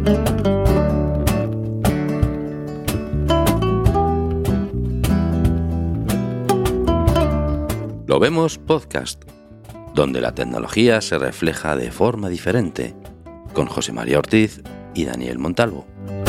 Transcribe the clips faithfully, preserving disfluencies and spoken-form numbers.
Lo Vemos Podcast, donde la tecnología se refleja de forma diferente, con José María Ortiz y Daniel Montalvo.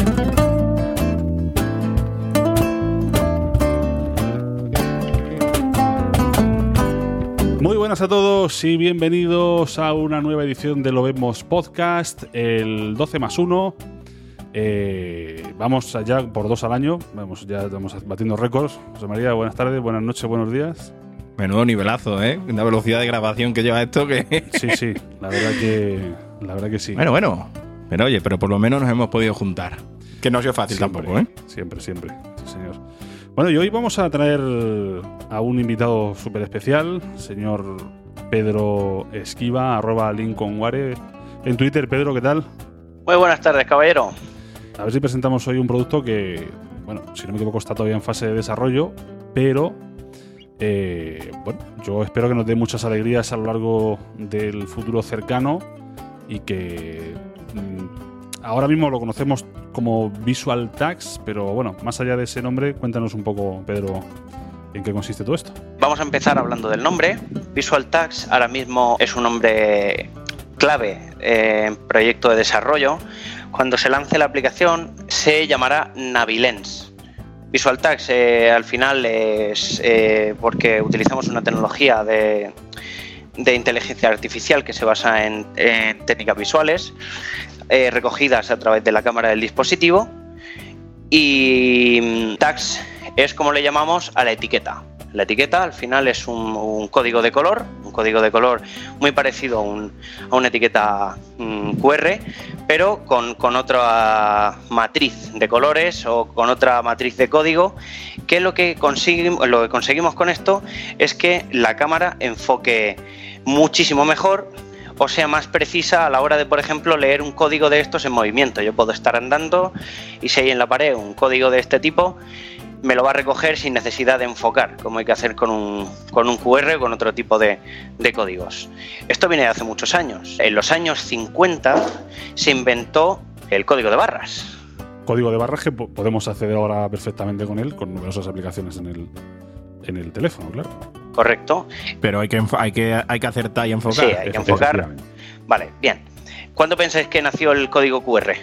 Muy buenas a todos y bienvenidos a una nueva edición de Lo Vemos Podcast, el doce más uno. Eh, vamos allá por dos al año, vamos, ya estamos batiendo récords. José María, buenas tardes, buenas noches, buenos días. Menudo nivelazo, ¿eh? Una velocidad de grabación que lleva esto que... Sí, sí, la verdad que, la verdad que sí. Bueno, bueno, pero oye, pero por lo menos nos hemos podido juntar. Que no ha sido fácil siempre, tampoco, ¿eh? Siempre, siempre, sí señor. Bueno, y hoy vamos a traer a un invitado súper especial, señor Pedro Esquiva, arroba LincolnWare. En Twitter, Pedro, ¿qué tal? Muy buenas tardes, caballero. A ver si presentamos hoy un producto que, bueno, si no me equivoco está todavía en fase de desarrollo, pero... Eh, bueno, yo espero que nos dé muchas alegrías a lo largo del futuro cercano y que mmm, ahora mismo lo conocemos como Visual Tags, pero bueno, más allá de ese nombre, cuéntanos un poco, Pedro, en qué consiste todo esto. Vamos a empezar hablando del nombre. Visual Tags ahora mismo es un nombre clave eh, en proyecto de desarrollo. Cuando se lance la aplicación se llamará Navilens. Visual Tags eh, al final es eh, porque utilizamos una tecnología de, de inteligencia artificial que se basa en, en técnicas visuales eh, recogidas a través de la cámara del dispositivo, y Tags es como le llamamos a la etiqueta. La etiqueta al final es un, un código de color, un código de color muy parecido a, un, a una etiqueta um, Q R, pero con, con otra matriz de colores o con otra matriz de código, que lo que conseguimos, lo que conseguimos con esto es que la cámara enfoque muchísimo mejor o sea más precisa a la hora de, por ejemplo, leer un código de estos en movimiento. Yo puedo estar andando y si hay en la pared un código de este tipo, me lo va a recoger sin necesidad de enfocar, como hay que hacer con un, con un Q R o con otro tipo de, de códigos. Esto viene de hace muchos años. En los años cincuenta se inventó el código de barras. Código de barras que podemos acceder ahora perfectamente con él, con numerosas aplicaciones en el, en el teléfono, claro. Correcto. Pero hay que, hay que, hay que acertar y enfocar. Sí, hay que enfocar. Vale, bien. ¿Cuándo pensáis que nació el código Q R?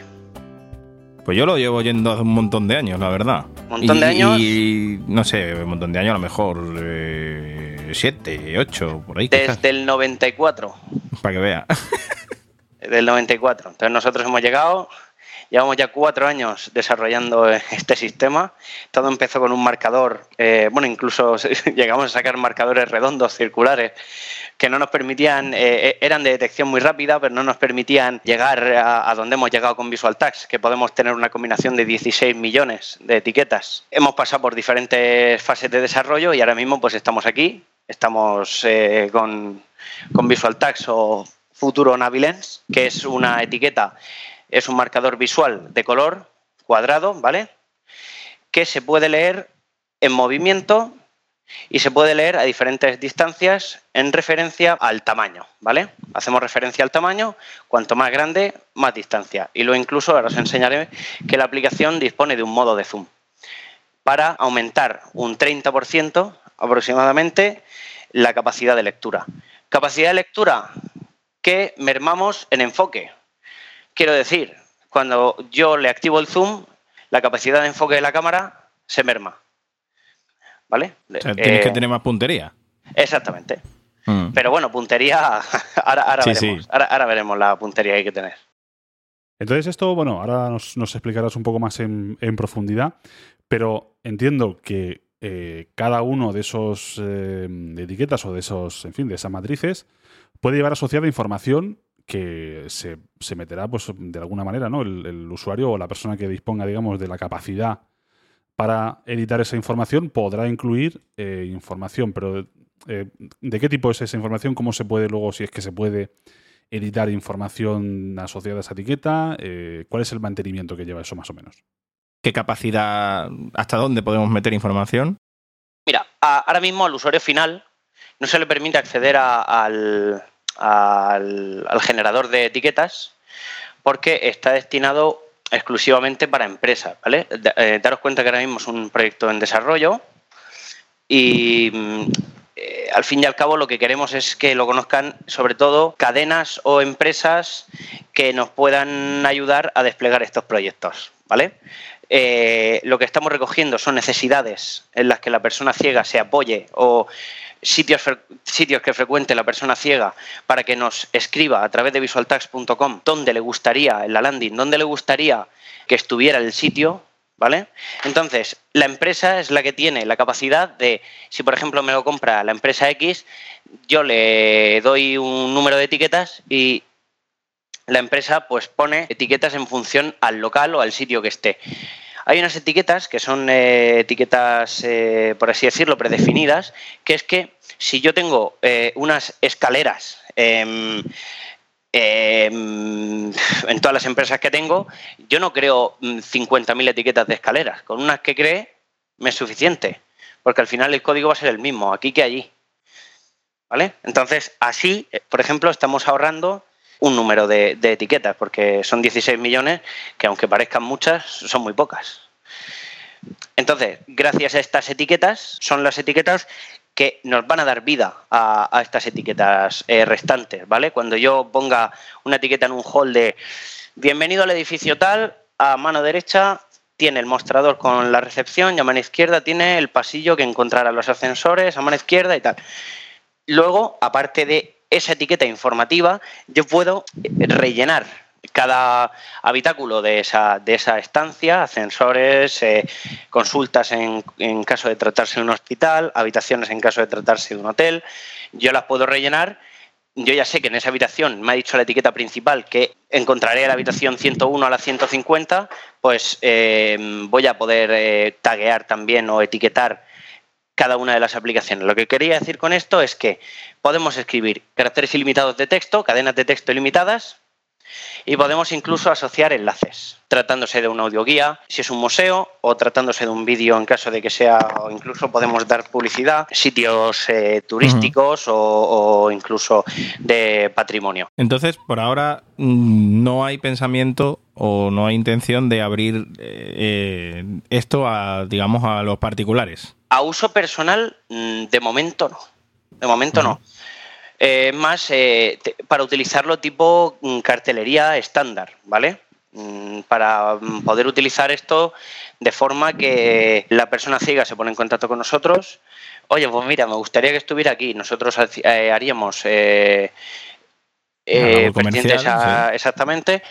Pues yo lo llevo oyendo hace un montón de años, la verdad. ¿Un montón y, de años? Y no sé, un montón de años, a lo mejor eh, siete, ocho, por ahí. Desde quizás. el noventa y cuatro. Para que vea. Del noventa y cuatro. Entonces nosotros hemos llegado, llevamos ya cuatro años desarrollando este sistema. Todo empezó con un marcador, eh, bueno, incluso llegamos a sacar marcadores redondos, circulares, que no nos permitían, eh, eran de detección muy rápida, pero no nos permitían llegar a, a donde hemos llegado con Visual Tags, que podemos tener una combinación de dieciséis millones de etiquetas. Hemos pasado por diferentes fases de desarrollo y ahora mismo pues estamos aquí, estamos eh, con, con Visual Tags o futuro Navilens, que es una etiqueta, es un marcador visual de color cuadrado, ¿vale? Que se puede leer en movimiento y se puede leer a diferentes distancias en referencia al tamaño, ¿vale? Hacemos referencia al tamaño, cuanto más grande, más distancia. Y luego incluso, ahora os enseñaré que la aplicación dispone de un modo de zoom para aumentar un treinta por ciento aproximadamente la capacidad de lectura. Capacidad de lectura que mermamos en enfoque. Quiero decir, cuando yo le activo el zoom, la capacidad de enfoque de la cámara se merma. ¿Vale? O sea, tienes eh, que tener más puntería. Exactamente. Mm. Pero bueno, puntería, ahora, ahora, sí, veremos, sí. Ahora, ahora veremos la puntería que hay que tener. Entonces esto, bueno, ahora nos, nos explicarás un poco más en, en profundidad, pero entiendo que eh, cada uno de esos eh, de etiquetas o de esos, en fin, de esas matrices puede llevar asociada información que se, se meterá, pues, de alguna manera, ¿no? El, el usuario o la persona que disponga, digamos, de la capacidad para editar esa información podrá incluir eh, información, pero eh, ¿de qué tipo es esa información? ¿Cómo se puede luego, si es que se puede, editar información asociada a esa etiqueta? Eh, ¿Cuál es el mantenimiento que lleva eso más o menos? ¿Qué capacidad, hasta dónde podemos meter información? Mira, a, ahora mismo al usuario final no se le permite acceder a, al, al, al generador de etiquetas porque está destinado exclusivamente para empresas, ¿vale? Eh, daros cuenta que ahora mismo es un proyecto en desarrollo y eh, al fin y al cabo lo que queremos es que lo conozcan sobre todo cadenas o empresas que nos puedan ayudar a desplegar estos proyectos, ¿vale? Eh, lo que estamos recogiendo son necesidades en las que la persona ciega se apoye o sitios, sitios que frecuente la persona ciega para que nos escriba a través de visual tags punto com dónde le gustaría, en la landing, dónde le gustaría que estuviera el sitio, ¿vale? Entonces, la empresa es la que tiene la capacidad de, si por ejemplo me lo compra la empresa X, yo le doy un número de etiquetas y la empresa pues pone etiquetas en función al local o al sitio que esté. Hay unas etiquetas que son eh, etiquetas, eh, por así decirlo, predefinidas, que es que si yo tengo eh, unas escaleras eh, eh, en todas las empresas que tengo, yo no creo cincuenta mil etiquetas de escaleras. Con unas que cree me es suficiente, porque al final el código va a ser el mismo aquí que allí, ¿vale? Entonces, así, por ejemplo, estamos ahorrando un número de, de etiquetas, porque son dieciséis millones, que aunque parezcan muchas, son muy pocas. Entonces, gracias a estas etiquetas, son las etiquetas que nos van a dar vida a, a estas etiquetas eh, restantes, ¿vale? Cuando yo ponga una etiqueta en un hall de bienvenido al edificio tal, a mano derecha tiene el mostrador con la recepción y a mano izquierda tiene el pasillo que encontrará los ascensores, a mano izquierda y tal. Luego, aparte de esa etiqueta informativa, yo puedo rellenar cada habitáculo de esa, de esa estancia, ascensores, eh, consultas en, en caso de tratarse de un hospital, habitaciones en caso de tratarse de un hotel. Yo las puedo rellenar. Yo ya sé que en esa habitación me ha dicho la etiqueta principal que encontraré la habitación ciento uno a la ciento cincuenta, pues eh, voy a poder eh, taguear también o etiquetar cada una de las aplicaciones. Lo que quería decir con esto es que podemos escribir caracteres ilimitados de texto, cadenas de texto ilimitadas, y podemos incluso asociar enlaces, tratándose de una audioguía, si es un museo, o tratándose de un vídeo en caso de que sea, o incluso podemos dar publicidad, sitios eh, turísticos uh-huh. o, o incluso de patrimonio. Entonces, por ahora no hay pensamiento o no hay intención de abrir eh, esto a, digamos, a los particulares. A uso personal, de momento no. De momento uh-huh. no. Eh, más eh, te, para utilizarlo tipo cartelería estándar, ¿vale? Mm, para poder utilizar esto de forma que la persona ciega se pone en contacto con nosotros. Oye, pues mira, me gustaría que estuviera aquí. Nosotros eh, haríamos eh, eh, pendientes a, sí. exactamente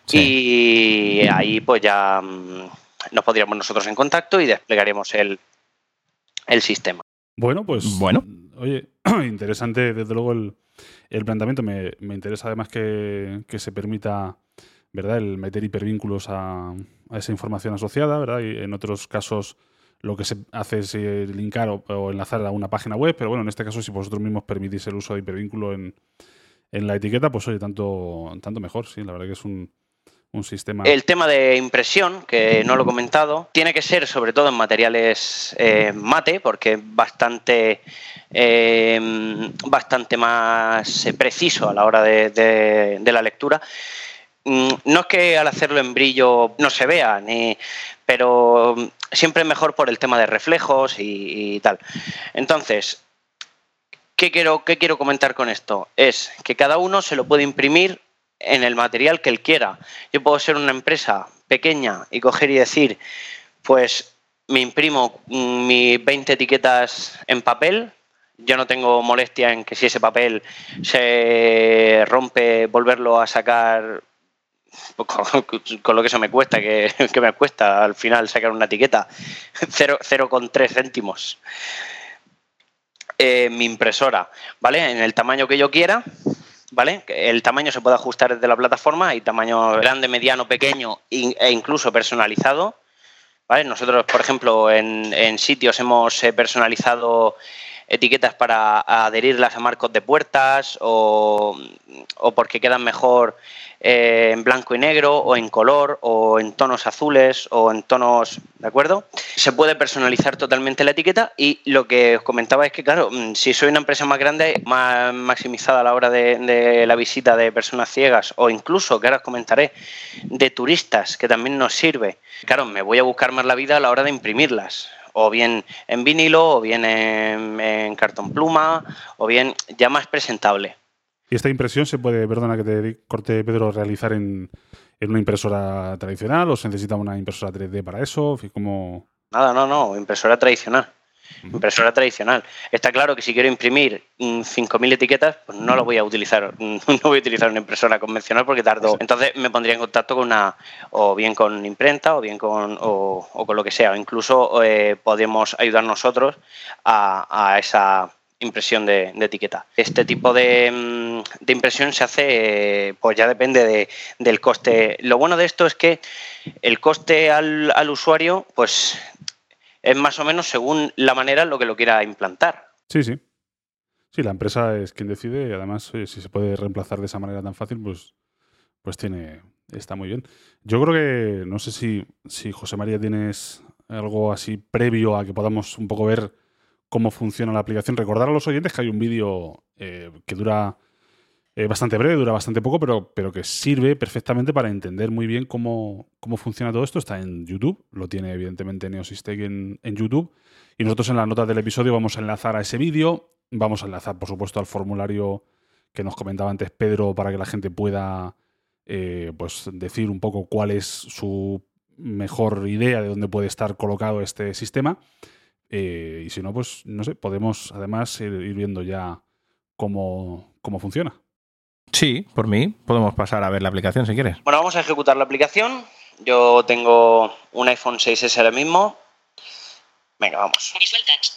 sí. Y ahí pues ya mm, nos pondríamos nosotros en contacto y desplegaríamos el, el sistema. Bueno, pues bueno. Oye, interesante desde luego el, el planteamiento. Me, me interesa además que, que se permita, ¿verdad?, el meter hipervínculos a, a esa información asociada, ¿verdad? Y en otros casos lo que se hace es eh, linkar o, o enlazar a una página web, pero bueno, en este caso si vosotros mismos permitís el uso de hipervínculo en, en la etiqueta, pues oye, tanto, tanto mejor, sí, la verdad que es un... un sistema. El tema de impresión, que no lo he comentado, tiene que ser sobre todo en materiales eh, mate, porque es bastante, eh, bastante más preciso a la hora de, de, de la lectura. No es que al hacerlo en brillo no se vea, ni, pero siempre es mejor por el tema de reflejos y, y tal. Entonces, ¿qué quiero, qué quiero comentar con esto? Es que cada uno se lo puede imprimir en el material que él quiera. Yo puedo ser una empresa pequeña y coger y decir, pues me imprimo mis veinte etiquetas en papel. Yo no tengo molestia en que si ese papel se rompe, volverlo a sacar con, con lo que eso me cuesta, que, que me cuesta al final sacar una etiqueta, cero coma tres céntimos. Eh, mi impresora, ¿vale? En el tamaño que yo quiera, ¿vale? El tamaño se puede ajustar desde la plataforma, hay tamaño grande, mediano, pequeño e incluso personalizado, ¿vale? Nosotros, por ejemplo, en, en sitios hemos personalizado etiquetas para adherirlas a marcos de puertas o, o porque quedan mejor eh, en blanco y negro o en color o en tonos azules o en tonos, ¿de acuerdo? Se puede personalizar totalmente la etiqueta y lo que os comentaba es que, claro, si soy una empresa más grande, más maximizada a la hora de, de la visita de personas ciegas o incluso, que ahora os comentaré, de turistas, que también nos sirve. Claro, me voy a buscar más la vida a la hora de imprimirlas, o bien en vinilo, o bien en, en cartón pluma, o bien ya más presentable. ¿Y esta impresión se puede, perdona que te corte, Pedro, realizar en, en una impresora tradicional o se necesita una impresora tres D para eso? ¿Cómo? Nada, no, no, impresora tradicional. Impresora tradicional. Está claro que si quiero imprimir cinco mil etiquetas, pues no lo voy a utilizar, no voy a utilizar una impresora convencional porque tardo. Entonces me pondría en contacto con una, o bien con imprenta, o bien con, o, o con lo que sea. O incluso eh, podemos ayudar nosotros a, a esa impresión de, de etiqueta. Este tipo de, de impresión se hace, eh, pues ya depende de, del coste. Lo bueno de esto es que el coste al, al usuario, pues es más o menos según la manera en lo que lo quiera implantar. Sí, sí. Sí, la empresa es quien decide y además eh, si se puede reemplazar de esa manera tan fácil, pues, pues tiene, está muy bien. Yo creo que, no sé si, si José María tienes algo así previo a que podamos un poco ver cómo funciona la aplicación. Recordar a los oyentes que hay un vídeo eh, que dura eh, bastante breve, dura bastante poco, pero, pero que sirve perfectamente para entender muy bien cómo, cómo funciona todo esto. Está en YouTube, lo tiene evidentemente Neosys-Tech en, en YouTube. Y nosotros en las notas del episodio vamos a enlazar a ese vídeo. Vamos a enlazar, por supuesto, al formulario que nos comentaba antes Pedro para que la gente pueda eh, pues decir un poco cuál es su mejor idea de dónde puede estar colocado este sistema. Eh, y si no, pues no sé, podemos además ir, ir viendo ya cómo, cómo funciona. Sí, por mí. Podemos pasar a ver la aplicación si quieres. Bueno, vamos a ejecutar la aplicación. Yo tengo un iPhone seis ese ahora mismo. Venga, vamos. Visual Touch.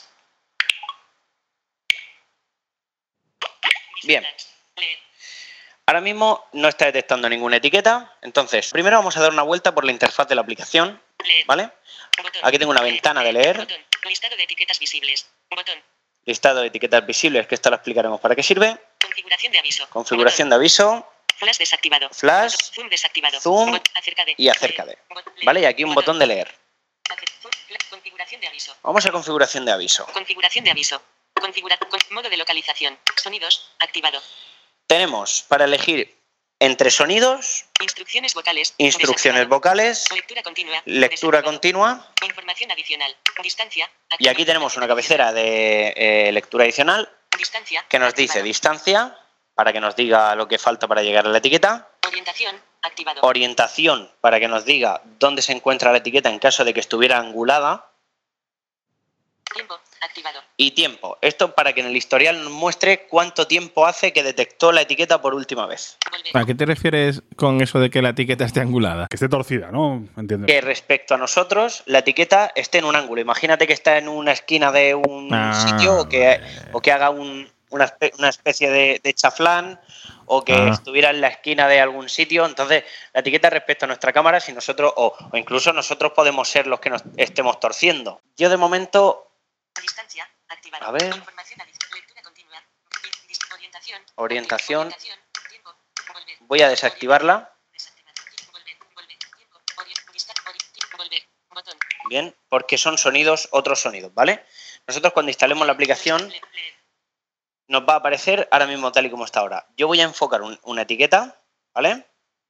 Bien. Ahora mismo no está detectando ninguna etiqueta. Entonces, primero vamos a dar una vuelta por la interfaz de la aplicación. ¿Vale? Aquí tengo una ventana de leer. Listado de etiquetas visibles. Botón. Listado de etiquetas visibles, que esto lo explicaremos para qué sirve. Configuración de aviso. Configuración de aviso. Flash desactivado. Flash. Zoom desactivado. Zoom. Acerca de. Y acerca de. ¿Vale? Y aquí un botón de leer. Configuración de aviso. Vamos a configuración de aviso. Configuración de aviso. Configura con, modo de localización. Sonidos. Activado. Tenemos para elegir entre sonidos, instrucciones vocales, instrucciones vocales, lectura continua, lectura continua, información adicional, distancia. Y aquí tenemos una cabecera de eh, lectura adicional distancia, que nos dice distancia, para que nos diga lo que falta para llegar a la etiqueta. Orientación, activado. Orientación, para que nos diga dónde se encuentra la etiqueta en caso de que estuviera angulada. Tiempo, activado. Y tiempo. Esto para que en el historial nos muestre cuánto tiempo hace que detectó la etiqueta por última vez. ¿A qué te refieres con eso de que la etiqueta esté angulada? Que esté torcida, ¿no? Entiendo. Que respecto a nosotros, la etiqueta esté en un ángulo. Imagínate que está en una esquina de un ah, sitio o que, o que haga un, una, espe una especie de, de chaflán o que ah. estuviera en la esquina de algún sitio. Entonces, la etiqueta respecto a nuestra cámara, si nosotros, o, o incluso nosotros podemos ser los que nos estemos torciendo. Yo de momento... Distancia, activado. A ver. Información adicional, lectura continua, orientación, orientación. orientación, tiempo, volver. Voy a desactivarla. Volver, volver, tiempo, ori, volver, botón. Bien, porque son sonidos, otros sonidos, ¿vale? Nosotros cuando instalemos la aplicación nos va a aparecer ahora mismo tal y como está ahora. Yo voy a enfocar un, una etiqueta, ¿vale?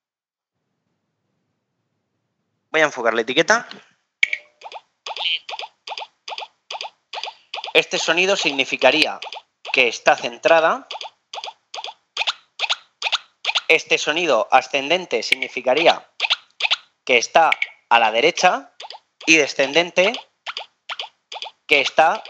Voy a enfocar la etiqueta. Este sonido significaría que está centrada. Este sonido ascendente significaría que está a la derecha y descendente que está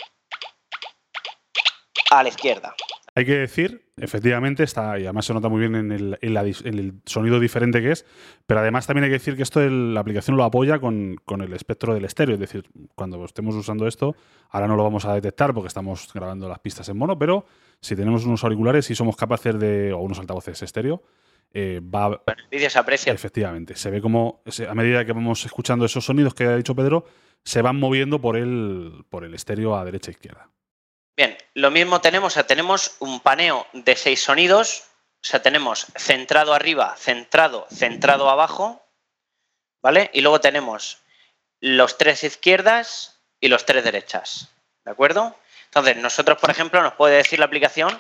a la izquierda. Hay que decir, efectivamente, está, y además se nota muy bien en el, en la, en el sonido diferente que es, pero además también hay que decir que esto el, la aplicación lo apoya con, con el espectro del estéreo, es decir, cuando estemos usando esto, ahora no lo vamos a detectar porque estamos grabando las pistas en mono, pero si tenemos unos auriculares y somos capaces de, o unos altavoces estéreo, eh, va... Bueno, el vídeo se aprecia. Efectivamente, se ve como, a medida que vamos escuchando esos sonidos que ha dicho Pedro, se van moviendo por el, por el estéreo a derecha e izquierda. Bien, lo mismo tenemos, o sea, tenemos un paneo de seis sonidos, o sea, tenemos centrado arriba, centrado, centrado abajo, ¿vale? Y luego tenemos los tres izquierdas y los tres derechas, ¿de acuerdo? Entonces, nosotros, por ejemplo, nos puede decir la aplicación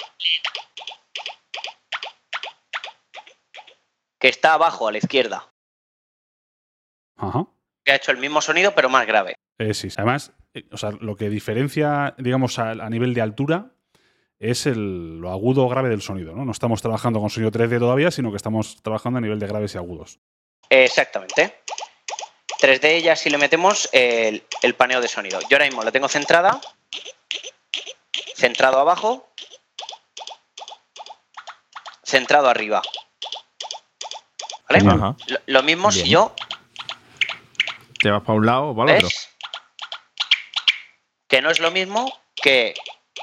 que está abajo, a la izquierda. Ajá. Que ha hecho el mismo sonido, pero más grave. Eh, sí, además, eh, o sea, lo que diferencia, digamos, a, a nivel de altura es el, lo agudo o grave del sonido, ¿no? No estamos trabajando con sonido tres D todavía, sino que estamos trabajando a nivel de graves y agudos. Exactamente. tres D ya si le metemos el, el paneo de sonido. Yo ahora mismo la tengo centrada, centrado abajo, centrado arriba. ¿Vale? Ajá. Lo, lo mismo Bien. si yo... Te vas para un lado o para el otro. ¿Ves? Que no es lo mismo que...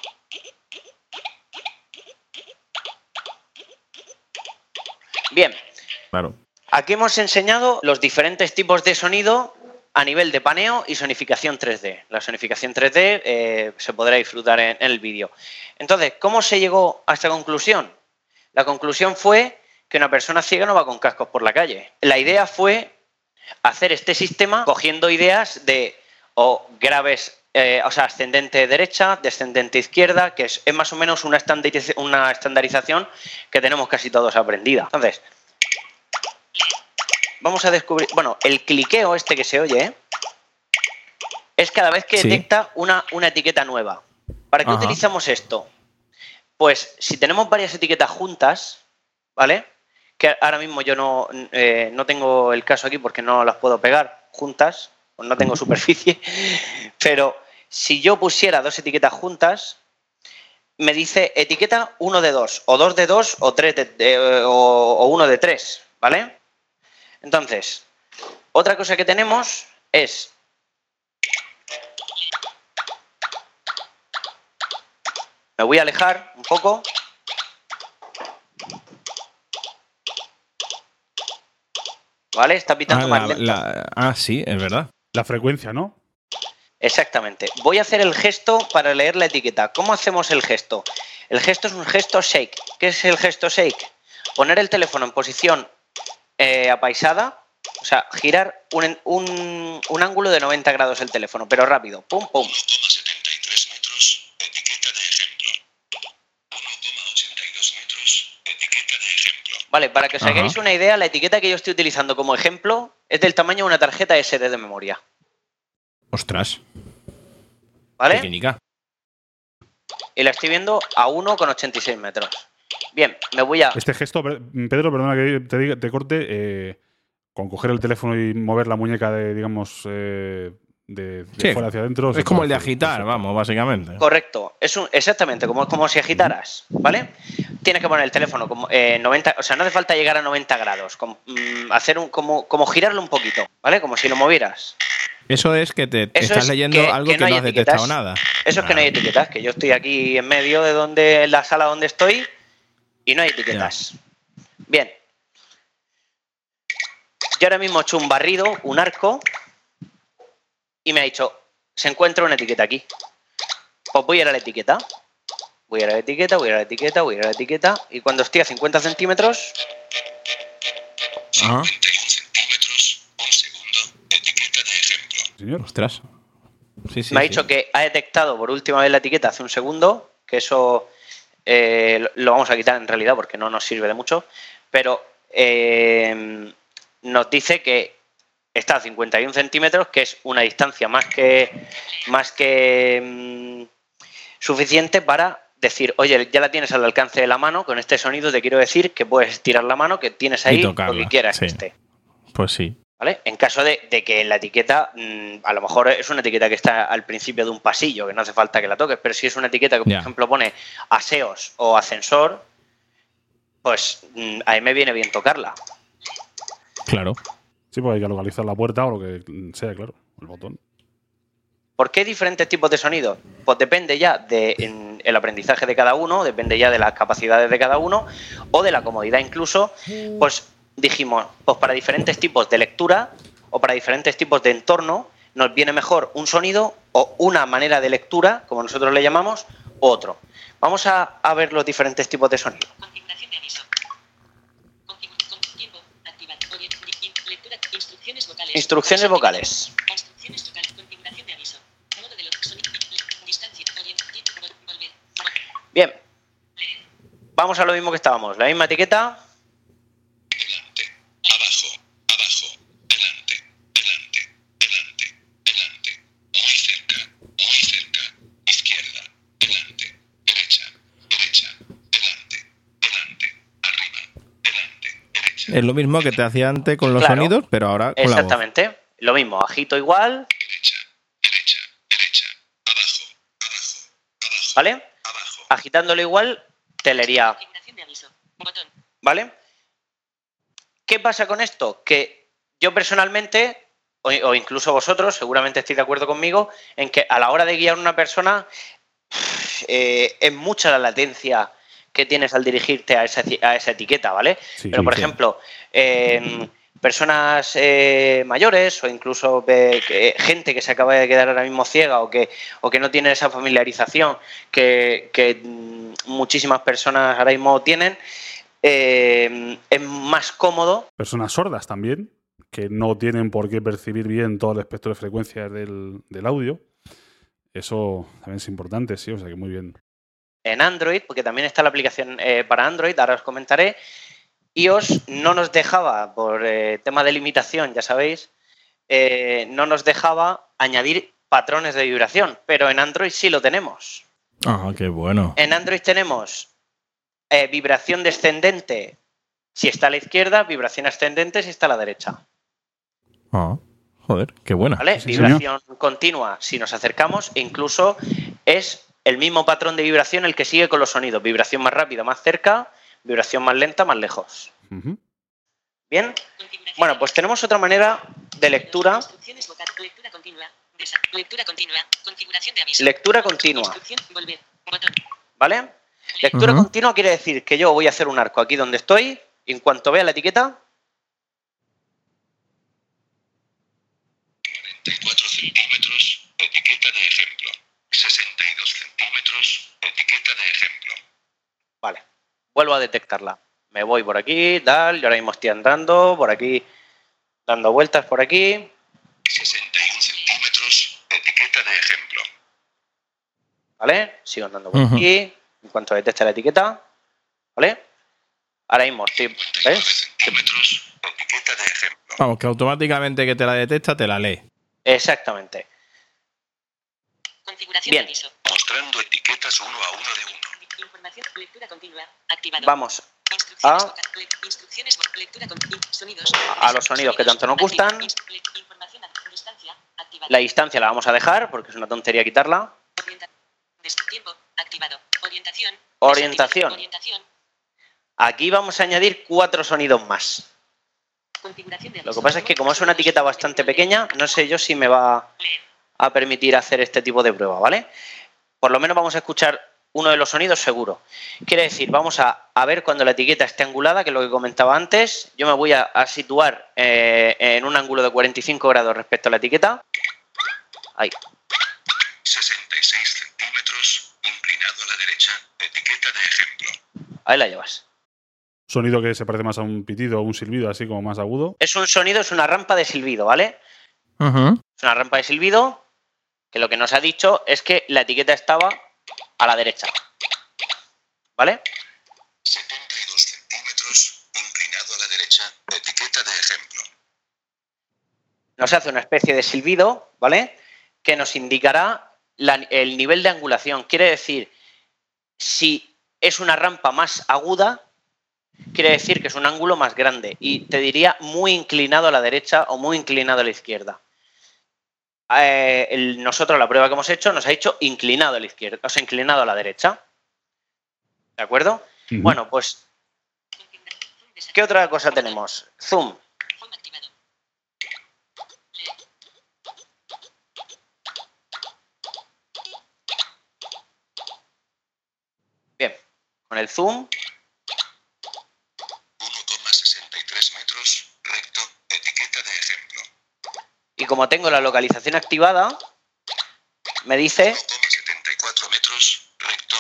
Bien, Claro. aquí hemos enseñado los diferentes tipos de sonido a nivel de paneo y sonificación tres D. La sonificación tres D eh, se podrá disfrutar en, en el vídeo. Entonces, ¿cómo se llegó a esta conclusión? La conclusión fue que una persona ciega no va con cascos por la calle. La idea fue hacer este sistema cogiendo ideas de o graves, eh, o sea, ascendente derecha, descendente izquierda, que es, es más o menos una, estandariz- una estandarización que tenemos casi todos aprendida. Entonces, vamos a descubrir... Bueno, el cliqueo este que se oye, ¿eh? Es cada vez que Sí. detecta una, una etiqueta nueva. ¿Para qué Ajá. utilizamos esto? Pues si tenemos varias etiquetas juntas, ¿vale? Que ahora mismo yo no, eh, no tengo el caso aquí porque no las puedo pegar juntas, pues no tengo superficie, pero si yo pusiera dos etiquetas juntas, me dice etiqueta uno de dos, o dos de dos, o tres de, de- o, o uno de tres, ¿vale? Entonces, otra cosa que tenemos es... Me voy a alejar un poco. ¿Vale? Está pitando Ah, más la- lento. la- ah, sí, es verdad. La frecuencia, ¿no? Exactamente. Voy a hacer el gesto para leer la etiqueta. ¿Cómo hacemos el gesto? El gesto es un gesto shake. ¿Qué es el gesto shake? Poner el teléfono en posición eh, apaisada, o sea, girar un, un, un ángulo de noventa grados el teléfono, pero rápido. Pum, pum. uno coma setenta y tres metros, etiqueta de ejemplo. uno coma ochenta y dos metros, etiqueta de ejemplo. Vale, para que os Ajá. hagáis una idea, la etiqueta que yo estoy utilizando como ejemplo es del tamaño de una tarjeta ese de de memoria. Ostras. ¿Vale? Pequeñica. Y la estoy viendo a uno coma ochenta y seis metros. Bien, me voy a... Este gesto, Pe- Pedro, perdona que te, diga- te corte, eh, con coger el teléfono y mover la muñeca de, digamos, eh, de, de Sí, fuera hacia adentro. se Es como puede el de hacer. agitar, Perfecto. vamos, básicamente. Correcto, es un, exactamente, como, como si agitaras, ¿vale? Tienes que poner el teléfono como eh, noventa, o sea, no hace falta llegar a noventa grados, como, mm, hacer un, como, como girarlo un poquito, ¿vale? Como si lo movieras. Eso es que te Eso estás es leyendo que- algo que que no no, hay has detectado etiquetas. nada. Eso es que no hay etiquetas, que yo estoy aquí en medio de donde la sala donde estoy y no hay etiquetas. Bien. Yo ahora mismo he hecho un barrido, un arco, y me ha dicho, se encuentra una etiqueta aquí. Pues voy a ir a la etiqueta. Voy a ir a la etiqueta, voy a ir a la etiqueta, voy a ir a la etiqueta, y cuando estoy a cincuenta centímetros, Ajá. cincuenta y uno centímetros, un segundo, etiqueta de ejemplo. Señor. Ostras. Sí, sí, me ha sí. dicho que ha detectado por última vez la etiqueta hace un segundo, que eso eh, lo- lo vamos a quitar en realidad porque no nos sirve de mucho, pero eh, nos dice que está a cincuenta y uno centímetros, que es una distancia más que, más que mm, suficiente para decir, oye, ya la tienes al alcance de la mano, con este sonido te quiero decir que puedes estirar la mano, que tienes ahí lo tocarla, que quieras sí. que esté. Pues sí. ¿Vale? En caso de, de que la etiqueta, mmm, a lo mejor es una etiqueta que está al principio de un pasillo, que no hace falta que la toques, pero si es una etiqueta que, por Ya. ejemplo, pone aseos o ascensor, pues mmm, a mí me viene bien tocarla. Claro. Sí, pues hay que localizar la puerta o lo que sea, claro. El botón. ¿Por qué diferentes tipos de sonidos? Pues depende ya del aprendizaje de cada uno, depende ya de las capacidades de cada uno o de la comodidad incluso. Pues dijimos, pues para diferentes tipos de lectura o para diferentes tipos de entorno nos viene mejor un sonido o una manera de lectura, como nosotros le llamamos, otro. Vamos a, a ver los diferentes tipos de sonido. Configuración de aviso. Configuración. Tiempo. Activar. Orient. Lectura. Instrucciones vocales. Instrucciones vocales. Instrucciones vocales. Configuración de aviso. Modo de sonido. Distancia. Orient. Volver. Bien. Vamos a lo mismo que estábamos. La misma etiqueta. Delante, abajo, abajo, delante, delante, delante, delante, muy cerca, muy cerca, izquierda, delante, derecha, derecha, delante, delante, arriba, delante, derecha. Es lo mismo que te hacía antes con los Claro. sonidos, pero ahora con la voz. Exactamente. Lo mismo. Agito igual. Derecha, derecha, derecha, abajo, abajo, abajo, ¿Vale? abajo. Agitándolo igual, te leería. Configuración de aviso. Botón. ¿Vale? ¿Qué pasa con esto? Que yo personalmente, o, o incluso vosotros, seguramente estéis de acuerdo conmigo, en que a la hora de guiar a una persona eh, es mucha la latencia que tienes al dirigirte a esa, a esa etiqueta, ¿vale? Sí, Pero, por sí. ejemplo, eh, personas eh, mayores o incluso eh, que- gente que se acaba de quedar ahora mismo ciega o que, o que no tiene esa familiarización que, que mm, muchísimas personas ahora mismo tienen, eh, es más cómodo. Personas sordas también, que no tienen por qué percibir bien todo el espectro de frecuencias del, del audio. Eso también es importante, sí, o sea que muy bien. En Android, porque también está la aplicación eh, para Android, ahora os comentaré. iOS no nos dejaba, por eh, tema de limitación, ya sabéis, eh, no nos dejaba añadir patrones de vibración, pero en Android sí lo tenemos. Ah, qué bueno. En Android tenemos eh, vibración descendente si está a la izquierda, vibración ascendente si está a la derecha. Ah, joder, qué buena. ¿Vale? Sí, señor. Vibración continua si nos acercamos e incluso es el mismo patrón de vibración el que sigue con los sonidos. Vibración más rápida, más cerca, vibración más lenta, más lejos. Ujú. ¿Bien? Configuración Bueno, de pues tenemos otra manera de lectura. Instrucciones vocal. Lectura continua. Desa- Lectura continua. Configuración de aviso. Lectura continua. Instrucción. Volver. Botón. ¿Vale? Lectura Ujú. continua quiere decir que yo voy a hacer un arco aquí donde estoy y en cuanto vea la etiqueta, cuarenta y cuatro centímetros, etiqueta de ejemplo. sesenta y dos centímetros, etiqueta de ejemplo. vale, vuelvo a detectarla. Me voy por aquí, tal, y ahora mismo estoy andando por aquí, dando vueltas por aquí. sesenta y uno centímetros, etiqueta de ejemplo. ¿Vale? Sigo andando por Ujú. aquí, en cuanto detecte la etiqueta, ¿vale? Ahora mismo estoy, cincuenta y nueve ¿ves? centímetros, etiqueta de ejemplo. Vamos, que automáticamente que te la detecta, te la lee. Exactamente. Configuración Bien. de aviso. Mostrando etiquetas uno a uno de uno. Información. Lectura continua. Activado. Vamos Instrucciones a- vocal. Le- Instrucciones vocal. Lectura con in- sonidos. a los sonidos que tanto nos gustan. Activa. Ins- le- Información. a- Distancia. Activado. La distancia la vamos a dejar porque es una tontería quitarla. Orienta- des- Tiempo. Activado. Orientación. Orientación. Desactivado. Orientación. Aquí vamos a añadir cuatro sonidos más. Configuración de Lo que aviso. pasa es que como es una etiqueta bastante pequeña, no sé yo si me va Leer. a permitir hacer este tipo de prueba, ¿vale? Por lo menos vamos a escuchar uno de los sonidos seguro. Quiere decir, vamos a, a ver cuando la etiqueta esté angulada, que es lo que comentaba antes. Yo me voy a, a situar eh, en un ángulo de cuarenta y cinco grados respecto a la etiqueta. Ahí. sesenta y seis centímetros, inclinado a la derecha, etiqueta de ejemplo. Ahí la llevas. Sonido que se parece más a un pitido o un silbido, así como más agudo. Es un sonido, es una rampa de silbido, ¿vale? Ujú. Es una rampa de silbido que lo que nos ha dicho es que la etiqueta estaba a la derecha. ¿Vale? setenta y dos centímetros, inclinado a la derecha, etiqueta de ejemplo. Nos hace una especie de silbido, ¿vale? Que nos indicará la- el nivel de angulación. Quiere decir, si es una rampa más aguda, quiere decir que es un ángulo más grande. Y te diría muy inclinado a la derecha o muy inclinado a la izquierda. Eh, el- nosotros la prueba que hemos hecho nos ha hecho inclinado a la izquierda, o sea, inclinado a la derecha. ¿De acuerdo? Ujú. Bueno, pues, Configuración. Zoom desactivado. ¿qué otra cosa Botón. tenemos? Zoom. Zoom activado. Leer. Bien, con el zoom, uno coma sesenta y tres metros, recto, etiqueta de ejemplo. y como tengo la localización activada, me dice uno coma setenta y cuatro metros, recto,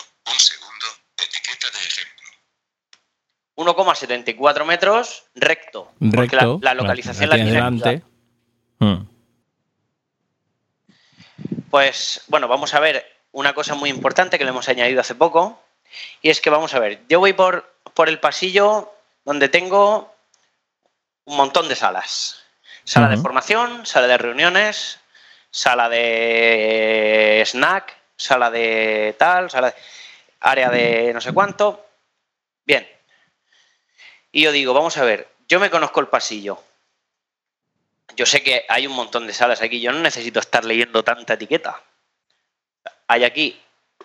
uno coma setenta y cuatro metros recto. Porque Recto. la, la localización la, tienes tiene delante. Mm. Pues bueno, vamos a ver una cosa muy importante que le hemos añadido hace poco. Y es que vamos a ver, yo voy por, por el pasillo donde tengo un montón de salas. Sala uh-huh. de formación, sala de reuniones, sala de snack, sala de tal, sala de, área de no sé cuánto. Bien. Y yo digo, vamos a ver, yo me conozco el pasillo. Yo sé que hay un montón de salas aquí, yo no necesito estar leyendo tanta etiqueta. Hay aquí,